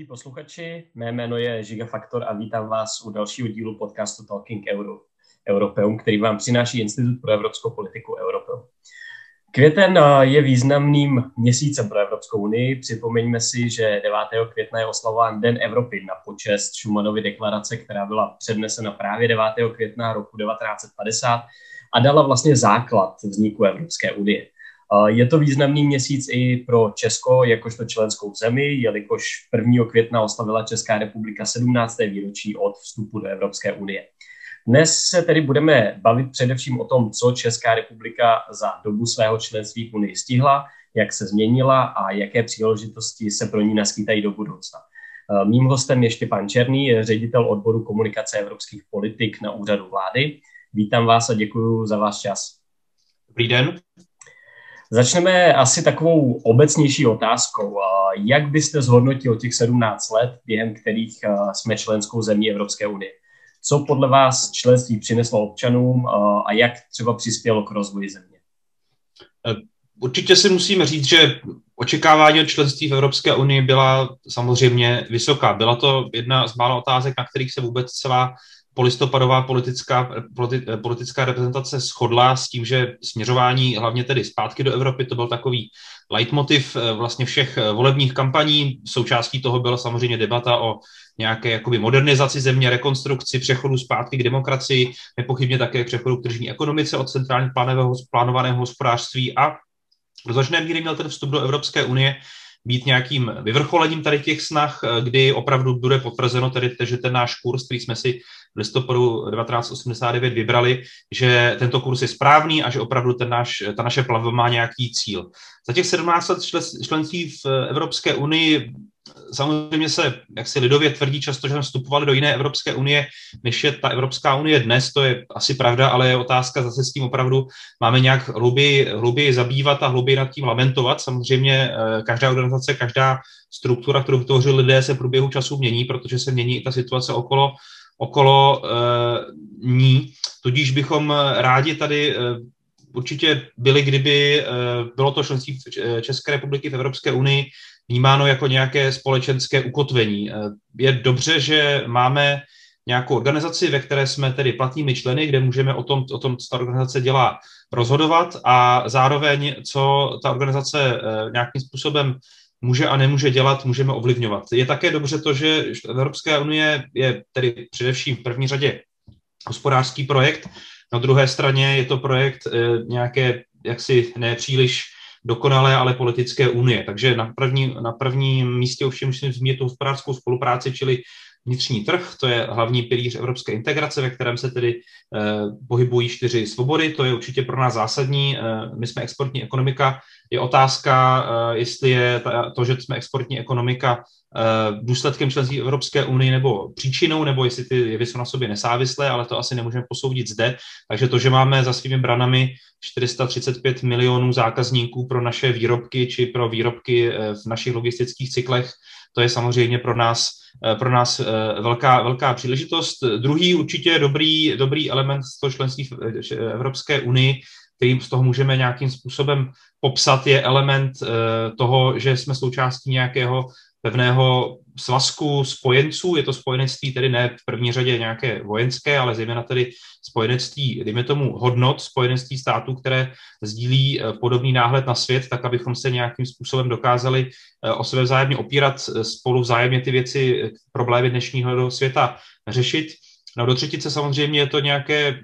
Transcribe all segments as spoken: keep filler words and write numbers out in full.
Milí posluchači, mé jméno je Gigafaktor a vítám vás u dalšího dílu podcastu Talking Euro, Europeum, který vám přináší Institut pro evropskou politiku Europeum. Květen je významným měsícem pro Evropskou unii. Připomeňme si, že devátého května je oslavován Den Evropy na počest Schumannovy deklarace, která byla přednesena právě devátého května roku devatenáct set padesát a dala vlastně základ vzniku Evropské unie. Je to významný měsíc i pro Česko jakožto členskou zemi, jelikož prvního května oslavila Česká republika sedmnácté výročí od vstupu do Evropské unie. Dnes se tedy budeme bavit především o tom, co Česká republika za dobu svého členství v Unii stihla, jak se změnila a jaké příležitosti se pro ní naskýtají do budoucna. Mým hostem je Štěpán Černý, ředitel odboru komunikace evropských politik na Úřadu vlády. Vítám vás a děkuji za váš čas. Dobrý den. Začneme asi takovou obecnější otázkou. Jak byste zhodnotil těch sedmnáct let, během kterých jsme členskou zemí Evropské unie? Co podle vás členství přineslo občanům a jak třeba přispělo k rozvoji země? Určitě si musíme říct, že očekávání od členství v Evropské unii byla samozřejmě vysoká. Byla to jedna z mála otázek, na kterých se vůbec celá polistopadová politická, politi, politická reprezentace shodla s tím, že směřování hlavně tedy zpátky do Evropy, to byl takový leitmotiv vlastně všech volebních kampaní. Součástí toho byla samozřejmě debata o nějaké jakoby modernizaci země, rekonstrukci, přechodu zpátky k demokracii, nepochybně také přechodu k tržní ekonomice od centrálně plánovaného hospodářství a do značné míry měl ten vstup do Evropské unie být nějakým vyvrcholením tady těch snah, kdy opravdu bude potvrzeno tedy, že ten náš kurz, který jsme si v listopadu devatenáct set osmdesát devět vybrali, že tento kurz je správný a že opravdu ten náš, ta naše plavba má nějaký cíl. Za těch sedmnáct let členství v Evropské unii samozřejmě se, jak si lidově tvrdí často, že jsme vstupovali do jiné Evropské unie, než je ta Evropská unie dnes, to je asi pravda, ale je otázka, zase s tím opravdu máme nějak hlouběji, hlouběji zabývat a hlouběji nad tím lamentovat. Samozřejmě každá organizace, každá struktura, kterou vytvořili lidé, se v průběhu času mění, protože se mění i ta situace okolo, okolo uh, ní. Tudíž bychom rádi tady uh, určitě byli, kdyby uh, bylo to členství České republiky v Evropské unii vnímáno jako nějaké společenské ukotvení. Je dobře, že máme nějakou organizaci, ve které jsme tedy platnými členy, kde můžeme o tom, o tom, co ta organizace dělá, rozhodovat a zároveň, co ta organizace nějakým způsobem může a nemůže dělat, můžeme ovlivňovat. Je také dobře to, že Evropská unie je tedy především v první řadě hospodářský projekt, na druhé straně je to projekt nějaké jaksi nepříliš dokonalé, ale politické unie. Takže na, první, na prvním místě ovšem musím zmínit tu hospodářskou spolupráci, čili vnitřní trh, to je hlavní pilíř evropské integrace, ve kterém se tedy eh, pohybují čtyři svobody, to je určitě pro nás zásadní. Eh, my jsme exportní ekonomika, je otázka, eh, jestli je ta, to, že jsme exportní ekonomika eh, důsledkem členství Evropské unie nebo příčinou, nebo jestli ty jevy jsou na sobě nezávislé, ale to asi nemůžeme posoudit zde. Takže to, že máme za svými branami čtyři sta třicet pět milionů zákazníků pro naše výrobky či pro výrobky eh, v našich logistických cyklech, to je samozřejmě pro nás pro nás velká, velká příležitost. Druhý určitě dobrý, dobrý element z toho členství v Evropské unii, kterým z toho můžeme nějakým způsobem popsat, je element toho, že jsme součástí nějakého pevného svazku spojenců. Je to spojenectví tedy ne v první řadě nějaké vojenské, ale zejména tedy spojenectví, dejme tomu hodnot, spojenectví států, které sdílí podobný náhled na svět, tak abychom se nějakým způsobem dokázali o sebe vzájemně opírat, spolu vzájemně ty věci, problémy dnešního světa řešit. No do třetice samozřejmě je to nějaké,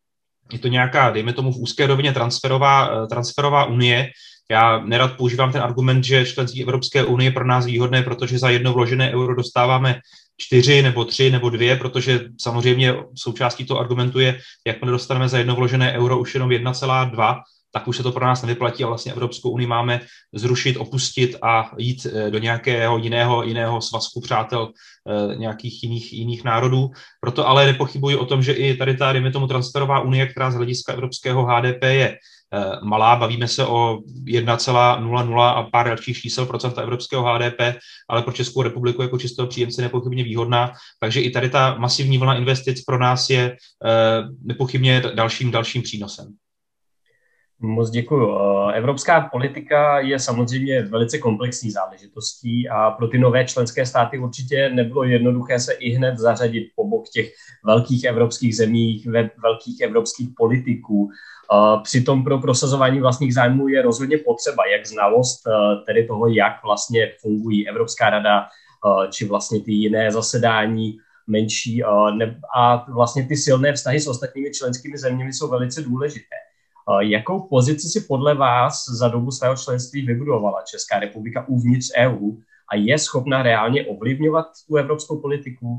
je to nějaká, dejme tomu v úzké rovině transferová, transferová unie. Já nerad používám ten argument, že členství Evropské unie je pro nás výhodné, protože za jedno vložené euro dostáváme čtyři nebo tři nebo dvě, protože samozřejmě součástí toho argumentu je, jakmile dostaneme za jedno vložené euro už jenom jedna celá dva, tak už se to pro nás nevyplatí a vlastně Evropskou unii máme zrušit, opustit a jít do nějakého jiného, jiného svazku přátel nějakých jiných, jiných národů. Proto ale nepochybuji o tom, že i tady ta, dejme tomu, transferová unie, která z hlediska evropského H D P je malá, bavíme se o jedna celá nula nula a pár dalších čísel procenta evropského H D P, ale pro Českou republiku jako čistého příjemce nepochybně výhodná, takže i tady ta masivní vlna investic pro nás je nepochybně dalším, dalším přínosem. Moc děkuju. Evropská politika je samozřejmě velice komplexní záležitostí a pro ty nové členské státy určitě nebylo jednoduché se i hned zařadit po bok těch velkých evropských zemích, velkých evropských politiků. Přitom pro prosazování vlastních zájmů je rozhodně potřeba jak znalost tedy toho, jak vlastně fungují Evropská rada, či vlastně ty jiné zasedání menší a vlastně ty silné vztahy s ostatními členskými zeměmi jsou velice důležité. Jakou pozici si podle vás za dobu svého členství vybudovala Česká republika uvnitř E U a je schopna reálně ovlivňovat tu evropskou politiku?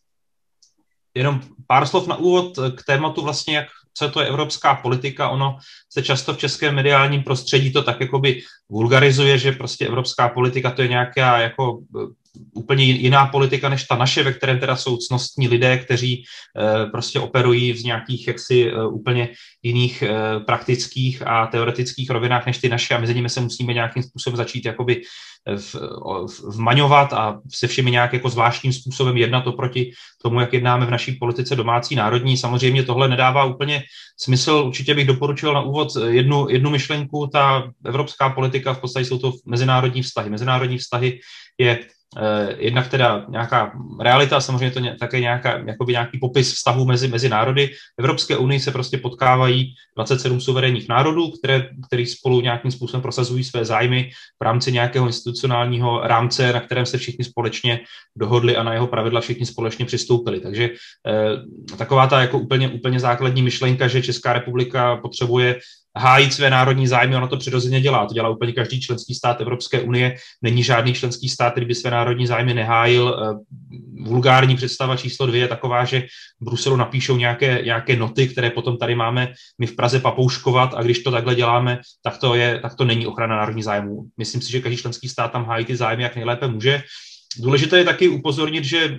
Jenom pár slov na úvod k tématu vlastně, jak co to je evropská politika. Ono se často v českém mediálním prostředí to tak jakoby vulgarizuje, že prostě evropská politika to je nějaká jako úplně jiná politika než ta naše, ve kterém teda jsou cnostní lidé, kteří e, prostě operují v nějakých jaksi e, úplně jiných e, praktických a teoretických rovinách než ty naše a mezi nimi se musíme nějakým způsobem začít jakoby v, v, vmaňovat a se všemi nějak jako zvláštním způsobem jednat oproti tomu, jak jednáme v naší politice domácí, národní. Samozřejmě tohle nedává úplně smysl. Určitě bych doporučil na úvod jednu, jednu myšlenku. Ta evropská politika v podstatě jsou to mezinárodní vztahy. Mezinárodní vztahy je Eh, jednak teda nějaká realita, samozřejmě to ně, také nějaká, jakoby nějaký popis vztahů mezi, mezi národy. V Evropské unii se prostě potkávají dvacet sedm suverénních národů, které, který spolu nějakým způsobem prosazují své zájmy v rámci nějakého institucionálního rámce, na kterém se všichni společně dohodli a na jeho pravidla všichni společně přistoupili. Takže eh, taková ta jako úplně, úplně základní myšlenka, že Česká republika potřebuje hájit své národní zájmy, ono to přirozeně dělá. To dělá úplně každý členský stát Evropské unie. Není žádný členský stát, který by své národní zájmy nehájil. Vulgární představa číslo dvě je taková, že v Bruselu napíšou nějaké, nějaké noty, které potom tady máme my v Praze papouškovat a když to takhle děláme, tak to, je, tak to není ochrana národní zájmů. Myslím si, že každý členský stát tam hájí ty zájmy, jak nejlépe může. Důležité je taky upozornit, že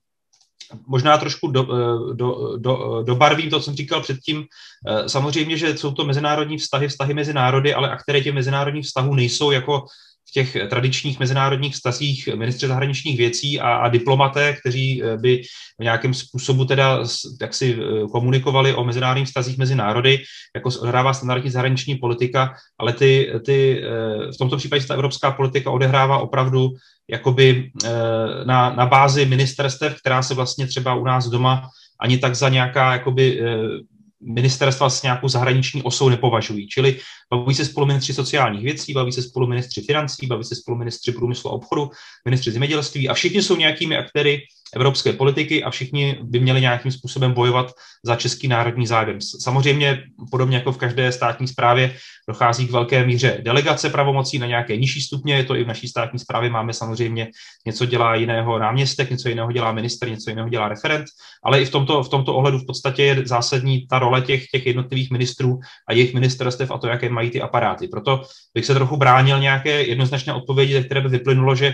možná trošku do, do, do, dobarvím to, co jsem říkal předtím. Samozřejmě, že jsou to mezinárodní vztahy, vztahy mezi národy, ale aktéry těch mezinárodních vztahů nejsou jako v těch tradičních mezinárodních vztazích ministři zahraničních věcí a, a diplomaté, kteří by v nějakém způsobu teda jaksi komunikovali o mezinárodních vztazích mezi národy, jako odehrává standardní zahraniční politika, ale ty, ty, v tomto případě ta evropská politika odehrává opravdu jakoby na, na bázi ministerstev, která se vlastně třeba u nás doma ani tak za nějaká jakoby ministerstva s nějakou zahraniční osou nepovažují. Čili baví se spolu ministři sociálních věcí, baví se spolu ministři financí, baví se spolu ministři průmyslu a obchodu, ministři zemědělství a všichni jsou nějakými aktéry evropské politiky a všichni by měli nějakým způsobem bojovat za český národní zájem. Samozřejmě, podobně jako v každé státní správě, dochází k velké míře delegace pravomocí na nějaké nižší stupně, je to i v naší státní správě, máme samozřejmě něco dělá jiného náměstek, něco jiného dělá minister, něco jiného dělá referent, ale i v tomto, v tomto ohledu v podstatě je zásadní ta role těch, těch jednotlivých ministrů a jejich ministerstev a to, jaké mají ty aparáty. Proto bych se trochu bránil nějaké jednoznačné odpovědi, ze které by vyplynulo, že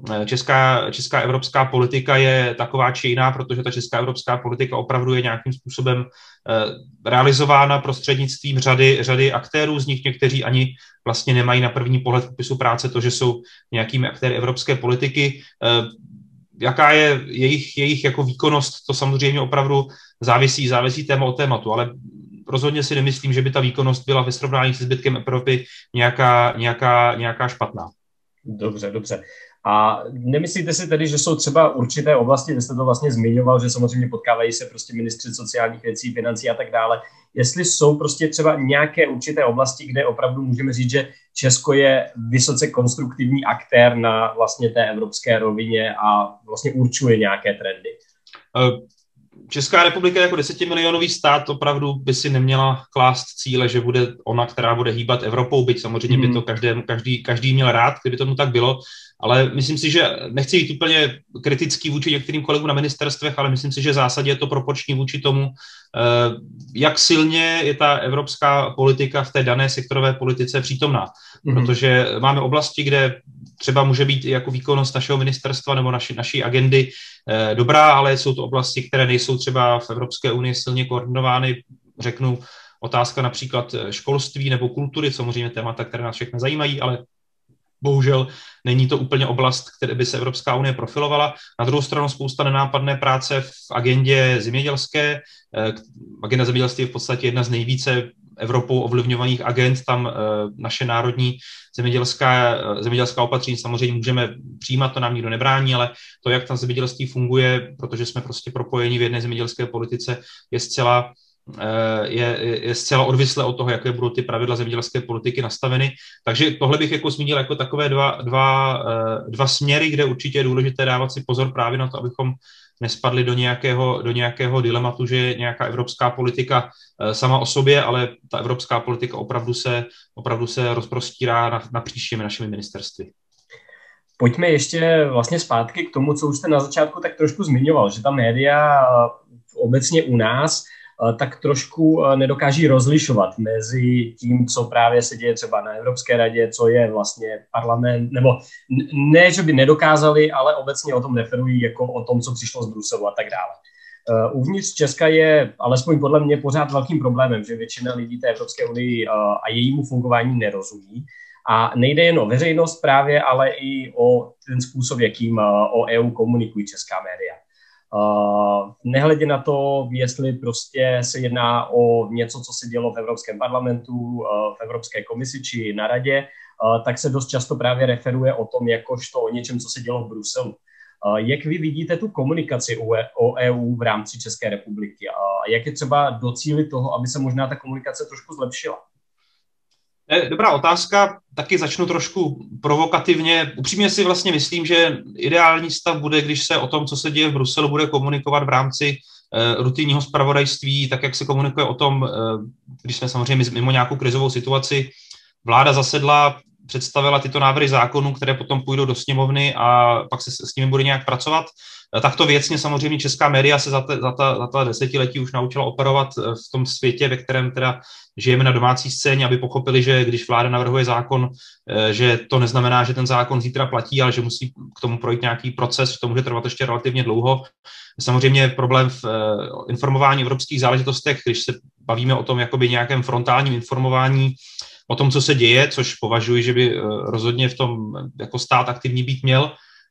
Česká, česká evropská politika je taková či jiná, protože ta česká evropská politika opravdu je nějakým způsobem eh, realizována prostřednictvím řady, řady aktérů, z nich někteří ani vlastně nemají na první pohled v popisu práce to, že jsou nějakými aktéry evropské politiky. Eh, jaká je jejich, jejich jako výkonnost, to samozřejmě opravdu závisí, závisí téma od tématu, ale rozhodně si nemyslím, že by ta výkonnost byla ve srovnání se zbytkem Evropy nějaká, nějaká, nějaká špatná. Dobře, dobře. A nemyslíte si tedy, že jsou třeba určité oblasti, kde jste to vlastně zmiňoval, že samozřejmě potkávají se prostě ministři sociálních věcí, financí a tak dále, jestli jsou prostě třeba nějaké určité oblasti, kde opravdu můžeme říct, že Česko je vysoce konstruktivní aktér na vlastně té evropské rovině a vlastně určuje nějaké trendy? Česká republika jako desetimilionový stát opravdu by si neměla klást cíle, že bude ona, která bude hýbat Evropou, byť samozřejmě by to každý, každý, každý měl rád, kdyby tomu tak bylo, ale myslím si, že nechci být úplně kritický vůči některým kolegům na ministerstvech, ale myslím si, že v zásadě je to proporční vůči tomu, jak silně je ta evropská politika v té dané sektorové politice přítomná. Mm-hmm. Protože máme oblasti, kde třeba může být i jako výkonnost našeho ministerstva nebo naši, naší agendy eh, dobrá, ale jsou to oblasti, které nejsou třeba v Evropské unii silně koordinovány. Řeknu otázka například školství nebo kultury, samozřejmě témata, které nás všechny zajímají, ale bohužel není to úplně oblast, které by se Evropská unie profilovala. Na druhou stranu spousta nenápadné práce v agendě zemědělské. Agenda zemědělství je v podstatě jedna z nejvíce Evropou ovlivňovaných agent, tam naše národní zemědělská, zemědělská opatření samozřejmě můžeme přijímat, to nám nikdo nebrání, ale to, jak tam zemědělství funguje, protože jsme prostě propojeni v jedné zemědělské politice, je zcela Je, je zcela odvislé od toho, jaké budou ty pravidla zemědělské politiky nastaveny. Takže tohle bych jako zmínil jako takové dva, dva, dva směry, kde určitě je důležité dávat si pozor právě na to, abychom nespadli do nějakého, do nějakého dilematu, že je nějaká evropská politika sama o sobě, ale ta evropská politika opravdu se, opravdu se rozprostírá napříč těmi našimi ministerstvy. Pojďme ještě vlastně zpátky k tomu, co už jste na začátku tak trošku zmiňoval, že ta média obecně u nás tak trošku nedokáží rozlišovat mezi tím, co právě se děje třeba na Evropské radě, co je vlastně parlament, nebo ne, že by nedokázali, ale obecně o tom referují jako o tom, co přišlo z Bruselu a tak dále. Uvnitř Česka je, alespoň podle mě, pořád velkým problémem, že většina lidí té Evropské unii a jejímu fungování nerozumí. A nejde jen o veřejnost právě, ale i o ten způsob, jakým o E U komunikují česká média. Uh, nehledě na to, jestli prostě se jedná o něco, co se dělo v Evropském parlamentu, uh, v Evropské komisi či na radě, uh, tak se dost často právě referuje o tom, jakožto o něčem, co se dělo v Bruselu. Uh, jak vy vidíte tu komunikaci o E U v rámci České republiky? A uh, jak je třeba docílit toho, aby se možná ta komunikace trošku zlepšila? Dobrá otázka, taky začnu trošku provokativně. Upřímně si vlastně myslím, že ideální stav bude, když se o tom, co se děje v Bruselu, bude komunikovat v rámci uh, rutinního zpravodajství, tak jak se komunikuje o tom, uh, když jsme samozřejmě mimo nějakou krizovou situaci. Vláda zasedla, představila tyto návrhy zákonů, které potom půjdou do sněmovny a pak se s nimi bude nějak pracovat. Takto věcně samozřejmě česká média se za, te, za, ta, za ta desetiletí už naučila operovat v tom světě, ve kterém teda žijeme na domácí scéně, aby pochopili, že když vláda navrhuje zákon, že to neznamená, že ten zákon zítra platí, ale že musí k tomu projít nějaký proces, že to může trvat ještě relativně dlouho. Samozřejmě problém v informování o evropských záležitostech, když se bavíme o tom jakoby nějakém frontálním informování o tom, co se děje, což považuji, že by rozhodně v tom jako stát aktivní být měl,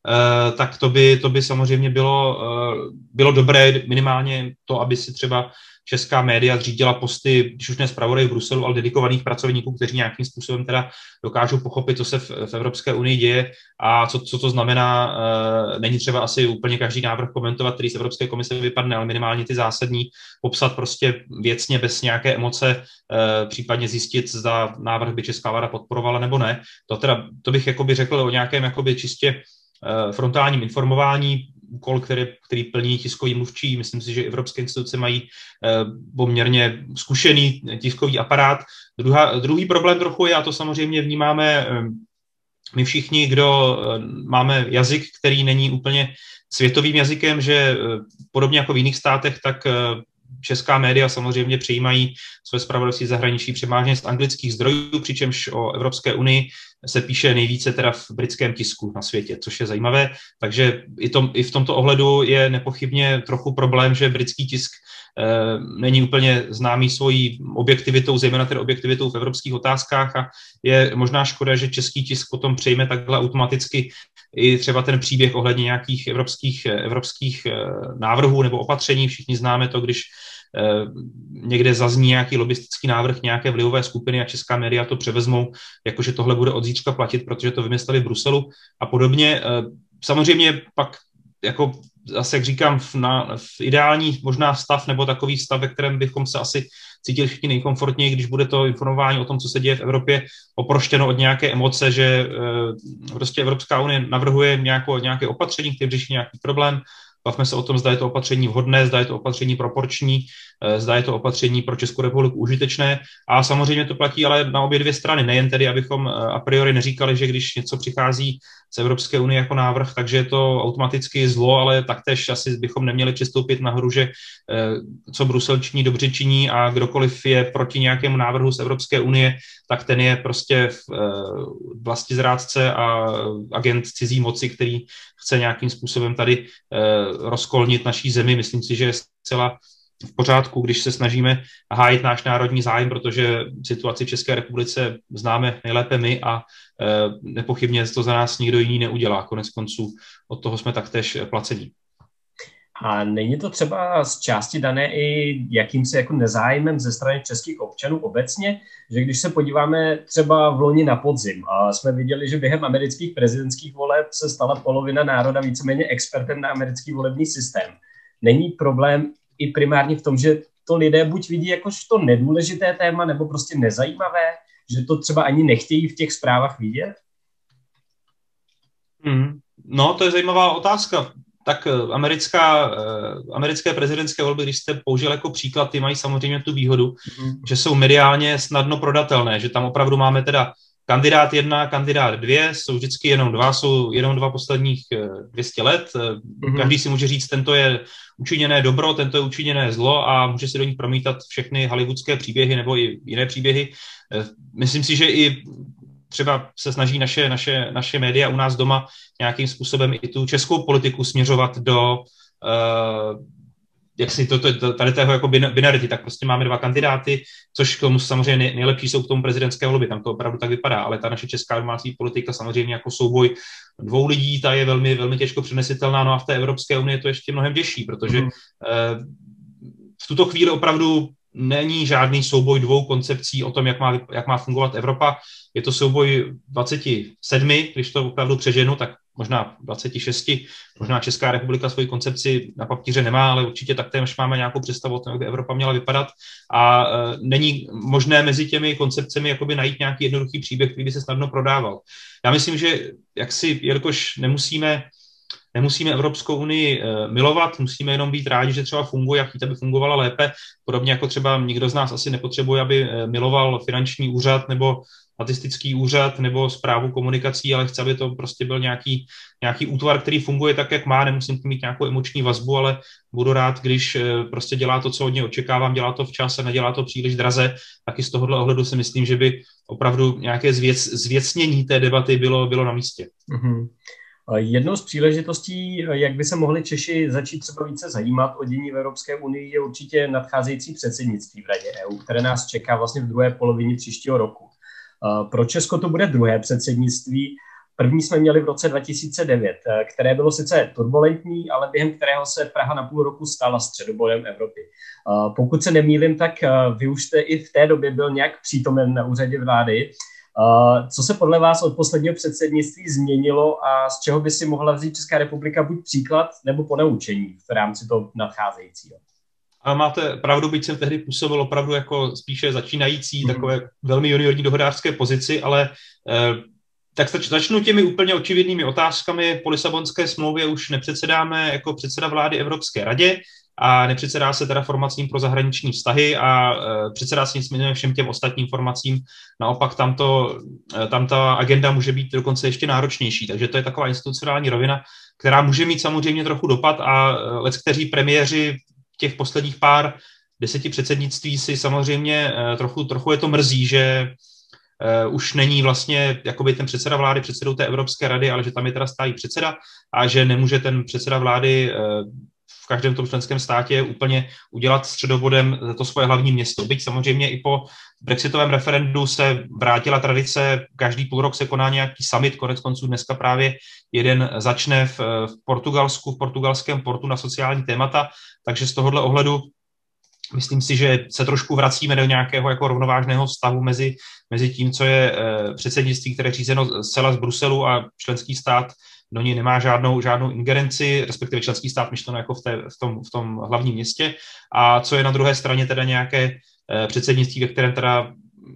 tak to by, to by samozřejmě bylo, bylo dobré minimálně to, aby si třeba česká média zřídila posty, když už ne zpravodaj v Bruselu, ale dedikovaných pracovníků, kteří nějakým způsobem teda dokážou pochopit, co se v, v Evropské unii děje a co, co to znamená. Není třeba asi úplně každý návrh komentovat, který z Evropské komise vypadne, ale minimálně ty zásadní popsat prostě věcně, bez nějaké emoce, případně zjistit, zda návrh by česká vláda podporovala nebo ne. To teda, to bych jakoby řekl o nějakém jakoby čistě frontálním informování, úkol, který, který plní tiskový mluvčí. Myslím si, že evropské instituce mají poměrně zkušený tiskový aparát. Druhá, druhý problém trochu je, a to samozřejmě vnímáme my všichni, kdo máme jazyk, který není úplně světovým jazykem, že podobně jako v jiných státech, tak česká média samozřejmě přijímají své zpravodajství zahraničí převážně z anglických zdrojů, přičemž o Evropské unii se píše nejvíce teda v britském tisku na světě, což je zajímavé. Takže i, tom, i v tomto ohledu je nepochybně trochu problém, že britský tisk eh, není úplně známý svojí objektivitou, zejména tedy objektivitou v evropských otázkách a je možná škoda, že český tisk potom přejme takhle automaticky i třeba ten příběh ohledně nějakých evropských, evropských návrhů nebo opatření. Všichni známe to, když někde zazní nějaký lobistický návrh nějaké vlivové skupiny a česká média to převezmou, jakože tohle bude od zítřka platit, protože to vymysleli v Bruselu a podobně. Samozřejmě pak jako zase, jak říkám, v, na, v ideální možná stav nebo takový stav, ve kterém bychom se asi cítili všichni nejkomfortněji, když bude to informování o tom, co se děje v Evropě, oproštěno od nějaké emoce, že e, prostě Evropská unie navrhuje nějako, nějaké opatření, které řeší nějaký problém. Bavme se o tom, zda je to opatření vhodné, zda je to opatření proporční, zda je to opatření pro Českou republiku užitečné. A samozřejmě to platí ale na obě dvě strany. Nejen tedy, abychom a priori neříkali, že když něco přichází z Evropské unie jako návrh, takže je to automaticky zlo, ale taktéž asi bychom neměli přistoupit na hru, že co Brusel činí, dobře činí a kdokoliv je proti nějakému návrhu z Evropské unie, tak ten je prostě vlastizrádce a agent cizí moci, který chce nějakým způsobem tady rozkolnit naší zemi. Myslím si, že je zcela v pořádku, když se snažíme hájit náš národní zájem, protože situaci v České republice známe nejlépe my a nepochybně to za nás nikdo jiný neudělá. Konec konců od toho jsme taktéž placení. A není to třeba z části dané i jakýmsi jako nezájmem ze strany českých občanů obecně, že když se podíváme třeba v loni na podzim a jsme viděli, že během amerických prezidentských voleb se stala polovina národa víceméně expertem na americký volební systém. Není problém i primárně v tom, že to lidé buď vidí jakožto nedůležité téma, nebo prostě nezajímavé, že to třeba ani nechtějí v těch zprávách vidět? Hmm. No, to je zajímavá otázka. Tak americká, americké prezidentské volby, když jste použil jako příklad, ty mají samozřejmě tu výhodu, mm. že jsou mediálně snadno prodatelné, že tam opravdu máme teda kandidát jedna, kandidát dvě, jsou vždycky jenom dva, jsou jenom dva posledních dvě stě let. Mm. Každý si může říct, tento je učiněné dobro, tento je učiněné zlo a může si do nich promítat všechny hollywoodské příběhy nebo i jiné příběhy. Myslím si, že i třeba se snaží naše, naše, naše média u nás doma nějakým způsobem i tu českou politiku směřovat do uh, jak si to, to, tady tého jako binarity, tak prostě máme dva kandidáty, což k tomu samozřejmě nejlepší jsou k tomu prezidentské volby, tam to opravdu tak vypadá, ale ta naše česká domácí politika samozřejmě jako souboj dvou lidí, ta je velmi, velmi těžko přenesitelná, no a v té Evropské unii je to ještě mnohem těžší, protože mm. uh, v tuto chvíli opravdu není žádný souboj dvou koncepcí o tom, jak má, jak má fungovat Evropa. Je to souboj dvacet sedm, když to opravdu přeženu, tak možná dvacet šest, možná Česká republika svoji koncepci na papíře nemá, ale určitě taktéž máme nějakou představu o tom, jak by Evropa měla vypadat a e, není možné mezi těmi koncepcemi jakoby najít nějaký jednoduchý příběh, který by se snadno prodával. Já myslím, že jaksi, jelikož nemusíme Nemusíme Evropskou unii e, milovat, musíme jenom být rádi, že třeba funguje, jak aby fungovala lépe. Podobně jako třeba nikdo z nás asi nepotřebuje, aby e, miloval finanční úřad nebo statistický úřad nebo správu komunikací, ale chce, aby to prostě byl nějaký, nějaký útvar, který funguje tak, jak má. Nemusím mít nějakou emoční vazbu, ale budu rád, když e, prostě dělá to, co od něj očekávám, dělá to včas a nedělá to příliš draze. Taky z tohohle ohledu si myslím, že by opravdu nějaké zvěc, zvěcnění té debaty bylo, bylo na místě. Mm-hmm. Jednou z příležitostí, jak by se mohli Češi začít třeba více zajímat o dění v Evropské unii, je určitě nadcházející předsednictví v Radě E U, které nás čeká vlastně v druhé polovině příštího roku. Pro Česko to bude druhé předsednictví. První jsme měli v roce dva tisíce devět, které bylo sice turbulentní, ale během kterého se Praha na půl roku stala středobodem Evropy. Pokud se nemýlím, tak vy už jste i v té době byl nějak přítomen na úřadě vlády. Uh, co se podle vás od posledního předsednictví změnilo a z čeho by si mohla vzít Česká republika buď příklad nebo ponaučení v rámci toho nadcházejícího? A máte pravdu, byť jsem tehdy působil opravdu jako spíše začínající, mm. takové velmi juniorní dohodářské pozici, ale eh, tak začnu těmi úplně očividnými otázkami. Po Lisabonské smlouvě už nepředsedáme jako předseda vlády Evropské radě, a nepředsedá se teda formacím pro zahraniční vztahy a e, předsedá se nicméně všem těm ostatním formacím. Naopak tam, to, e, tam ta agenda může být dokonce ještě náročnější, takže to je taková institucionální rovina, která může mít samozřejmě trochu dopad a e, leckteří premiéři těch posledních pár deseti předsednictví si samozřejmě e, trochu, trochu je to mrzí, že e, už není vlastně jakoby ten předseda vlády předsedou té Evropské rady, ale že tam je teda stálý předseda a že nemůže ten předseda vlády e, v každém tom členském státě úplně udělat středobodem to svoje hlavní město. Byť samozřejmě i po brexitovém referendu se vrátila tradice, každý půl rok se koná nějaký summit, konec konců dneska právě jeden začne v, v Portugalsku, v portugalském portu na sociální témata, takže z tohohle ohledu myslím si, že se trošku vracíme do nějakého jako rovnovážného stavu mezi, mezi tím, co je eh, předsednictví, které je řízeno zcela z Bruselu a členský stát do ní nemá žádnou, žádnou ingerenci, respektive členský stát myšleno jako v, té, v, tom, v tom hlavním městě. A co je na druhé straně teda nějaké eh, předsednictví, ve kterém teda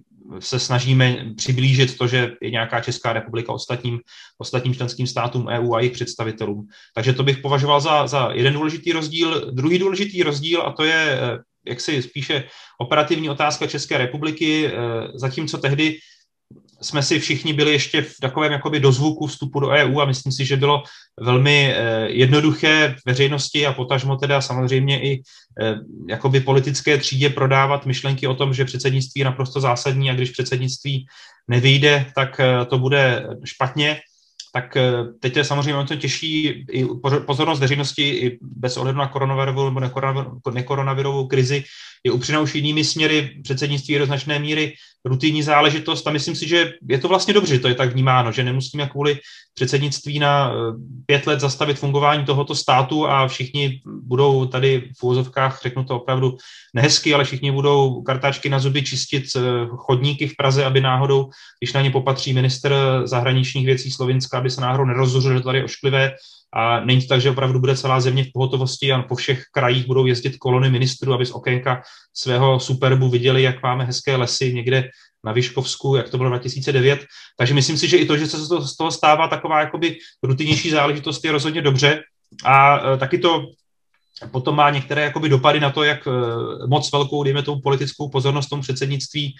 se snažíme přiblížit to, že je nějaká Česká republika ostatním, ostatním členským státům E U a jejich představitelům. Takže to bych považoval za, za jeden důležitý rozdíl. Druhý důležitý rozdíl, a to je eh, jaksi spíše operativní otázka České republiky, eh, zatímco tehdy jsme si všichni byli ještě v takovém jakoby dozvuku vstupu do E U a myslím si, že bylo velmi eh, jednoduché veřejnosti a potažmo teda samozřejmě i eh, jakoby politické třídě prodávat myšlenky o tom, že předsednictví je naprosto zásadní a když předsednictví nevyjde, tak eh, to bude špatně. Tak eh, teď je samozřejmě to těší i pozornost veřejnosti i bez ohledu na koronavirovou nebo nekoronavirovou krizi je upřena už jinými směry. Předsednictví je do značné míry rutinní záležitost a myslím si, že je to vlastně dobře, že to je tak vnímáno, že nemusíme kvůli předsednictví na pět let zastavit fungování tohoto státu a všichni budou tady v uvozovkách, řeknu to opravdu nehezky, ale všichni budou kartáčky na zuby čistit chodníky v Praze, aby náhodou, když na ně popatří ministr zahraničních věcí Slovinska, aby se náhodou nerozhořil, že to tady je ošklivé. A není to tak, že opravdu bude celá země v pohotovosti a po všech krajích budou jezdit kolony ministrů, aby z okénka svého superbu viděli, jak máme hezké lesy někde na Vyškovsku, jak to bylo dva tisíce devět. Takže myslím si, že i to, že se z toho stává taková jakoby rutinnější záležitost, je rozhodně dobře. A taky to potom má některé jakoby dopady na to, jak moc velkou, dejme tomu politickou pozornost tomu předsednictví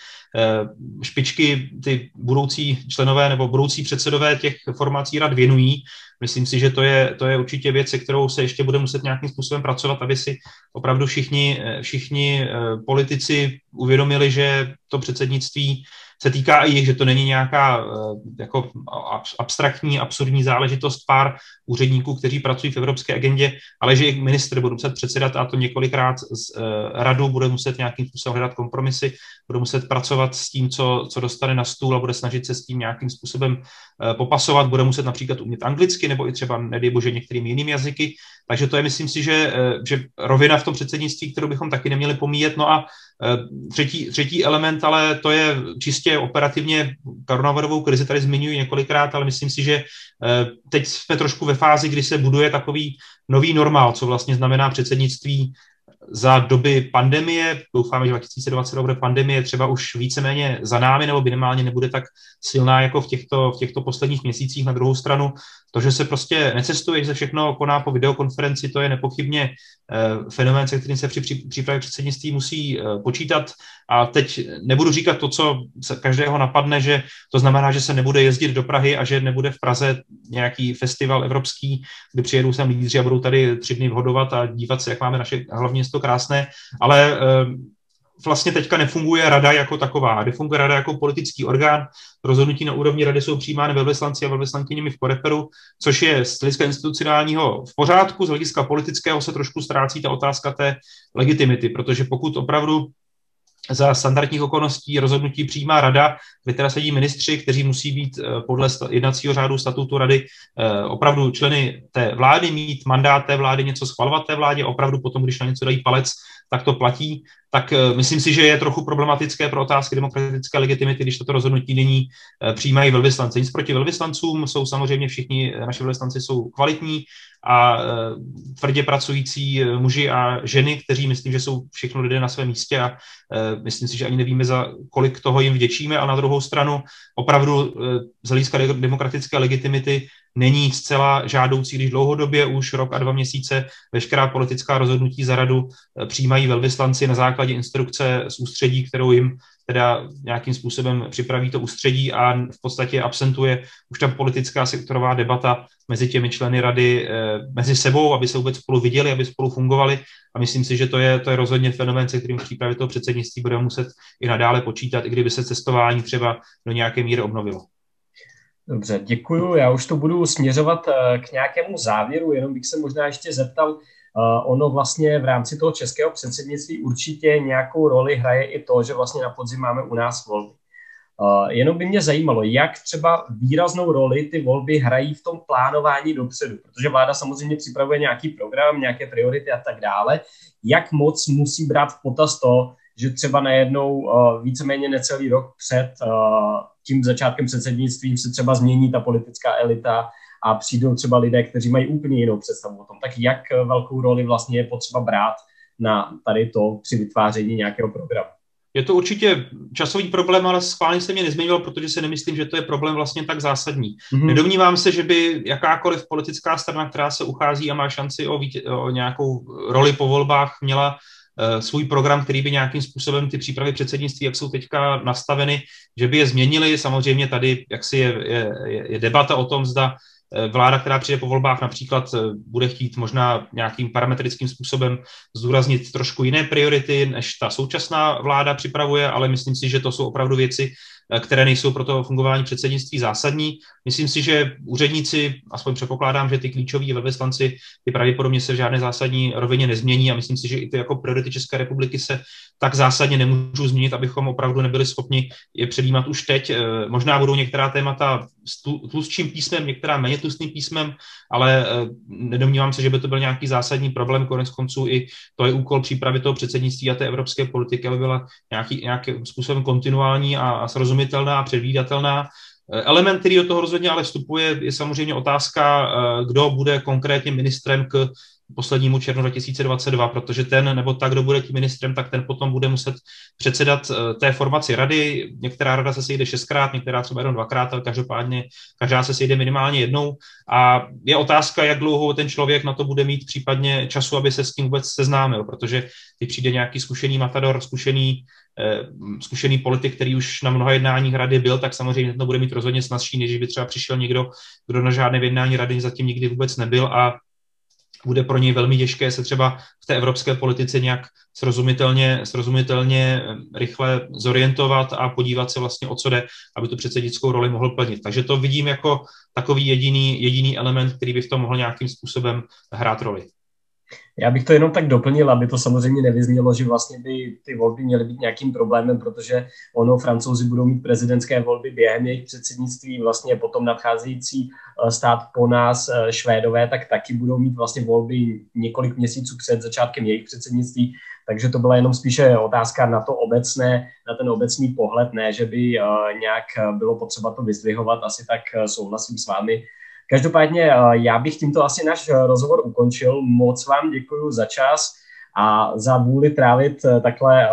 špičky, ty budoucí členové nebo budoucí předsedové těch formací rad věnují. Myslím si, že to je, to je určitě věc, se kterou se ještě bude muset nějakým způsobem pracovat, aby si opravdu všichni, všichni politici uvědomili, že to předsednictví se týká i jich, že to není nějaká jako abstraktní, absurdní záležitost pár úředníků, kteří pracují v evropské agendě, ale že i ministr bude muset předsedat a to několikrát z radu, bude muset nějakým způsobem hledat kompromisy, bude muset pracovat s tím, co, co dostane na stůl a bude snažit se s tím nějakým způsobem popasovat, bude muset například umět anglicky nebo i třeba, nedej bože, některými jinými jazyky. Takže to je, myslím si, že, že rovina v tom předsednictví, kterou bychom taky neměli pomíjet. No a třetí, třetí element, ale to je čistě operativně, koronavirovou krizi tady zmiňuji několikrát, ale myslím si, že teď jsme trošku ve fázi, kdy se buduje takový nový normál, co vlastně znamená předsednictví za doby pandemie. Doufáme, že dva tisíce dvacet bude pandemie třeba už víceméně za námi, nebo minimálně nebude tak silná jako v těchto, v těchto posledních měsících. Na druhou stranu, to, že se prostě necestuje, že se všechno koná po videokonferenci, to je nepochybně eh, fenomén, se kterým se při přípravě předsednictví musí eh, počítat. A teď nebudu říkat to, co se každého napadne, že to znamená, že se nebude jezdit do Prahy a že nebude v Praze nějaký festival evropský, kdy přijedou sem lídři a budou tady tři dny vhodovat a dívat se, jak máme naše hlavní město krásné, ale eh, vlastně teďka nefunguje rada jako taková. Nefunguje rada jako politický orgán. Rozhodnutí na úrovni rady jsou přijímány velvyslanci a velvyslankyněmi v Coreperu, což je z hlediska institucionálního v pořádku, z hlediska politického se trošku ztrácí ta otázka té legitimity, protože pokud opravdu za standardních okolností rozhodnutí přijímá rada, kde teda sedí ministři, kteří musí být podle jednacího řádu statutu rady opravdu členy té vlády, mít mandát té vlády, něco schvalovat té vládě, opravdu potom, když na něco dají palec, tak to platí, tak myslím si, že je trochu problematické pro otázky demokratické legitimity, když toto rozhodnutí nyní přijímají velvyslanci. Nic proti velvyslancům, jsou samozřejmě všichni, naši velvyslanci jsou kvalitní a tvrdě pracující muži a ženy, kteří myslím, že jsou všechno lidé na svém místě a myslím si, že ani nevíme, za kolik toho jim vděčíme, ale na druhou stranu opravdu z hlediska demokratické legitimity není zcela žádoucí, když dlouhodobě už rok a dva měsíce veškerá politická rozhodnutí za radu přijímají velvyslanci na základě instrukce z ústředí, kterou jim teda nějakým způsobem připraví to ústředí a v podstatě absentuje už tam politická sektorová debata mezi těmi členy rady, mezi sebou, aby se vůbec spolu viděli, aby spolu fungovali a myslím si, že to je, to je rozhodně fenomén, se kterým v přípravě toho předsednictví budeme muset i nadále počítat, i kdyby se cestování třeba do nějaké míry obnovilo. Dobře, děkuju. Já už to budu směřovat k nějakému závěru, jenom bych se možná ještě zeptal, ono vlastně v rámci toho českého předsednictví určitě nějakou roli hraje i to, že vlastně na podzim máme u nás volby. Jenom by mě zajímalo, jak třeba výraznou roli ty volby hrají v tom plánování dopředu, protože vláda samozřejmě připravuje nějaký program, nějaké priority a tak dále. Jak moc musí brát v potaz to, že třeba najednou víceméně necelý rok před tím začátkem předsednictvím se třeba změní ta politická elita a přijdou třeba lidé, kteří mají úplně jinou představu o tom. Tak jak velkou roli vlastně je potřeba brát na tady to při vytváření nějakého programu? Je to určitě časový problém, ale schválně se mě nezměnilo, protože si nemyslím, že to je problém vlastně tak zásadní. Mm-hmm. Nedomnívám se, že by jakákoliv politická strana, která se uchází a má šanci o, vít- o nějakou roli po volbách, měla uh, svůj program, který by nějakým způsobem ty přípravy předsednictví, jak jsou teďka nastaveny, že by je změnili. Samozřejmě tady jaksi je, je, je debata o tom, zda vláda, která přijde po volbách, například bude chtít možná nějakým parametrickým způsobem zdůraznit trošku jiné priority, než ta současná vláda připravuje, ale myslím si, že to jsou opravdu věci, které nejsou pro to fungování předsednictví zásadní. Myslím si, že úředníci, aspoň předpokládám, že ty klíčoví velvyslanci, ty pravděpodobně se v žádné zásadní rovině nezmění a myslím si, že i ty jako priority České republiky se tak zásadně nemůžou změnit, abychom opravdu nebyli schopni je předjímat už teď. Možná budou některá témata s tlustším písmem, některá méně tlustým písmem, ale nedomnívám se, že by to byl nějaký zásadní problém. Konec konců i to je úkol přípravy toho předsednictví a té evropské politiky, aby byla nějaký, nějakým způsobem kontinuální a, a srozumitelná a předvídatelná. Element, který do toho rozhodně ale vstupuje, je samozřejmě otázka, kdo bude konkrétně ministrem k poslednímu červnu dva tisíce dvacet dva, protože ten nebo ta, kdo bude tím ministrem, tak ten potom bude muset předsedat té formaci rady. Některá rada se sejde šestkrát, některá třeba jenom dvakrát, ale každopádně každá se sejde minimálně jednou. A je otázka, jak dlouho ten člověk na to bude mít případně času, aby se s tím vůbec seznámil, protože když přijde nějaký zkušený matador, zkušený zkušený politik, který už na mnoha jednáních rady byl, tak samozřejmě to bude mít rozhodně snazší, než by třeba přišel někdo, kdo na žádné jednání rady zatím nikdy vůbec nebyl a bude pro něj velmi těžké se třeba v té evropské politice nějak srozumitelně, srozumitelně rychle zorientovat a podívat se vlastně, o co jde, aby tu předsednickou roli mohl plnit. Takže to vidím jako takový jediný, jediný element, který by v tom mohl nějakým způsobem hrát roli. Já bych to jenom tak doplnil, aby to samozřejmě nevyznělo, že vlastně by ty volby měly být nějakým problémem, protože ono, Francouzi budou mít prezidentské volby během jejich předsednictví, vlastně potom nadcházející stát po nás, Švédové, tak taky budou mít vlastně volby několik měsíců před začátkem jejich předsednictví, takže to byla jenom spíše otázka na to obecné, na ten obecný pohled, ne, že by nějak bylo potřeba to vyzdvihovat, asi tak souhlasím s vámi. Každopádně já bych tímto asi náš rozhovor ukončil. Moc vám děkuji za čas a za vůli trávit takhle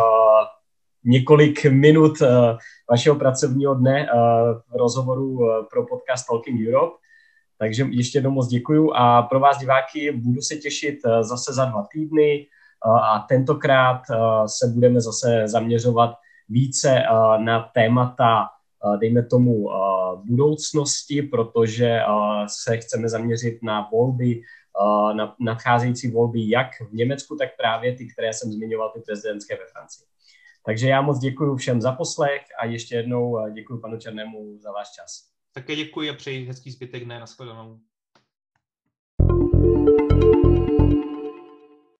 několik minut vašeho pracovního dne v rozhovoru pro podcast Talking Europe. Takže ještě jednou moc děkuji a pro vás diváky budu se těšit zase za dva týdny a tentokrát se budeme zase zaměřovat více na témata dejme tomu budoucnosti, protože se chceme zaměřit na volby, na nadcházející volby jak v Německu, tak právě ty, které jsem zmiňoval, ty prezidentské ve Francii. Takže já moc děkuji všem za poslech a ještě jednou děkuji panu Černému za váš čas. Také děkuji a přeji hezký zbytek dne, nashledanou.